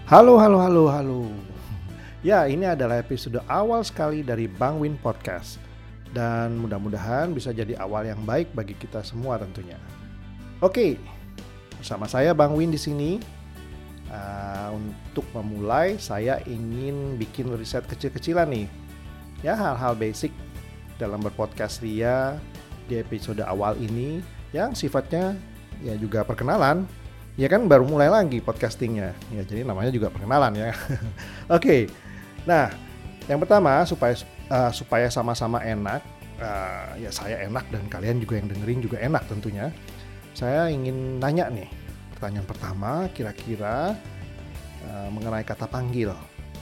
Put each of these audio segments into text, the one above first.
Halo, halo, halo, halo. Ya, ini adalah episode awal sekali dari Bang Win Podcast. Dan mudah-mudahan bisa jadi awal yang baik bagi kita semua tentunya. Oke, bersama saya Bang Win di sini. Untuk memulai, saya ingin bikin riset kecil-kecilan nih. Ya, hal-hal basic dalam berpodcast ria di episode awal ini yang sifatnya ya juga perkenalan. Ya kan baru mulai lagi podcastingnya, ya jadi namanya juga perkenalan ya. Oke, nah yang pertama supaya sama-sama enak, ya saya enak dan kalian juga yang dengerin juga enak tentunya. Saya ingin nanya nih, pertanyaan pertama kira-kira mengenai kata panggil.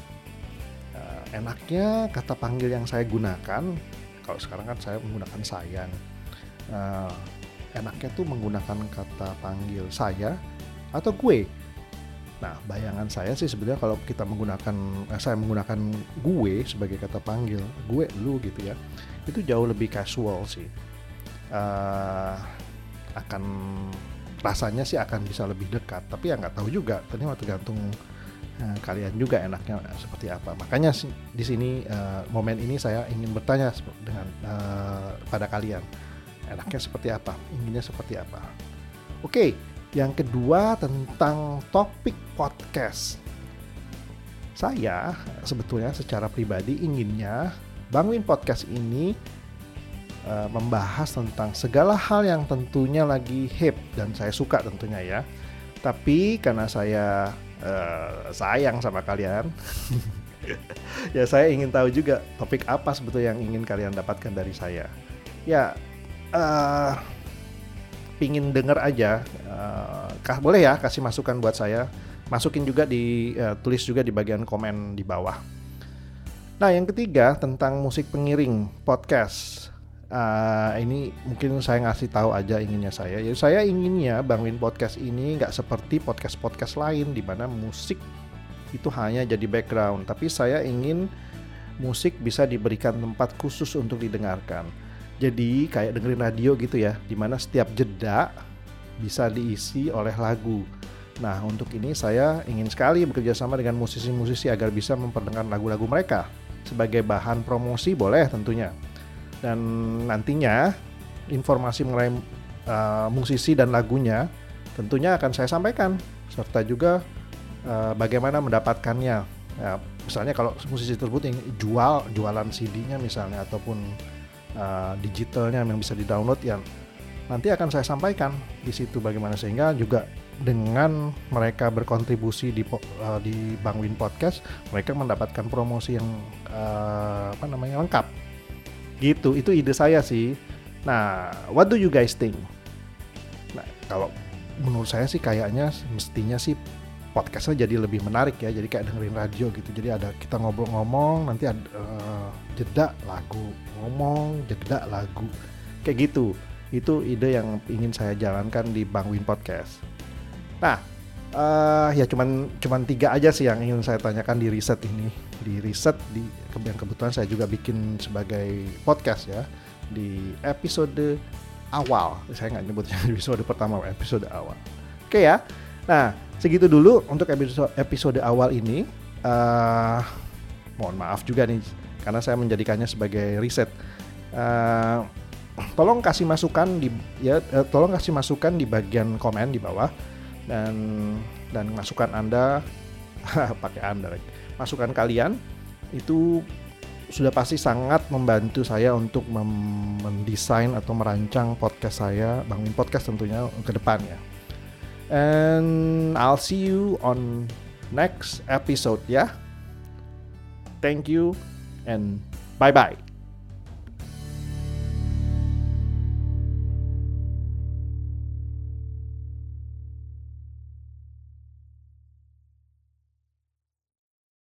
Enaknya kata panggil yang saya gunakan, kalau sekarang kan saya menggunakan saya. Enaknya tuh menggunakan kata panggil saya atau gue. Nah, bayangan saya sih sebenarnya kalau kita saya menggunakan gue sebagai kata panggil, gue, lu gitu ya, itu jauh lebih casual sih. Akan rasanya sih akan bisa lebih dekat, tapi ya nggak tahu juga. Tergantung kalian juga enaknya seperti apa. Makanya di sini momen ini saya ingin bertanya dengan pada kalian, enaknya seperti apa, inginnya seperti apa. Oke. Yang kedua tentang topik podcast. Saya sebetulnya secara pribadi inginnya Bang Win Podcast ini membahas tentang segala hal yang tentunya lagi hip dan saya suka tentunya ya. Tapi karena saya sayang sama kalian, ya saya ingin tahu juga topik apa sebetulnya yang ingin kalian dapatkan dari saya. Ya, pingin denger aja, boleh ya kasih masukan buat saya, masukin juga tulis juga di bagian komen di bawah. Nah yang ketiga tentang musik pengiring podcast, ini mungkin saya ngasih tahu aja inginnya saya. Ya saya inginnya Bang Win Podcast ini nggak seperti podcast lain di mana musik itu hanya jadi background, tapi saya ingin musik bisa diberikan tempat khusus untuk didengarkan. Jadi kayak dengerin radio gitu ya, dimana setiap jeda bisa diisi oleh lagu. Nah untuk ini saya ingin sekali bekerja sama dengan musisi-musisi agar bisa memperdengarkan lagu-lagu mereka sebagai bahan promosi boleh tentunya. Dan nantinya informasi mengenai musisi dan lagunya tentunya akan saya sampaikan, serta juga bagaimana mendapatkannya. Ya, misalnya kalau musisi tersebut yang jualan CD-nya misalnya ataupun digitalnya yang bisa di-download, ya nanti akan saya sampaikan di situ bagaimana sehingga juga dengan mereka berkontribusi di Bang Win Podcast mereka mendapatkan promosi yang lengkap gitu. Itu ide saya sih. Nah, what do you guys think? Nah, kalau menurut saya sih kayaknya mestinya sih podcastnya jadi lebih menarik ya, jadi kayak dengerin radio gitu. Jadi ada kita ngobrol-ngomong, nanti ada jeda lagu, ngomong jeda lagu, kayak gitu. Itu ide yang ingin saya jalankan di Bang Win Podcast. Nah, ya cuman 3 aja sih yang ingin saya tanyakan di riset ini. Di riset yang kebetulan saya juga bikin sebagai podcast ya di episode awal. Saya nggak nyebutnya episode pertama, episode awal. Oke ya. Nah, segitu dulu untuk episode awal ini. Mohon maaf juga nih karena saya menjadikannya sebagai riset. Tolong kasih masukan di bagian komen di bawah dan masukan Anda masukan kalian itu sudah pasti sangat membantu saya untuk mendesain atau merancang podcast saya, Bang Win Podcast tentunya ke depannya. And I'll see you on next episode ya. Thank you and bye-bye.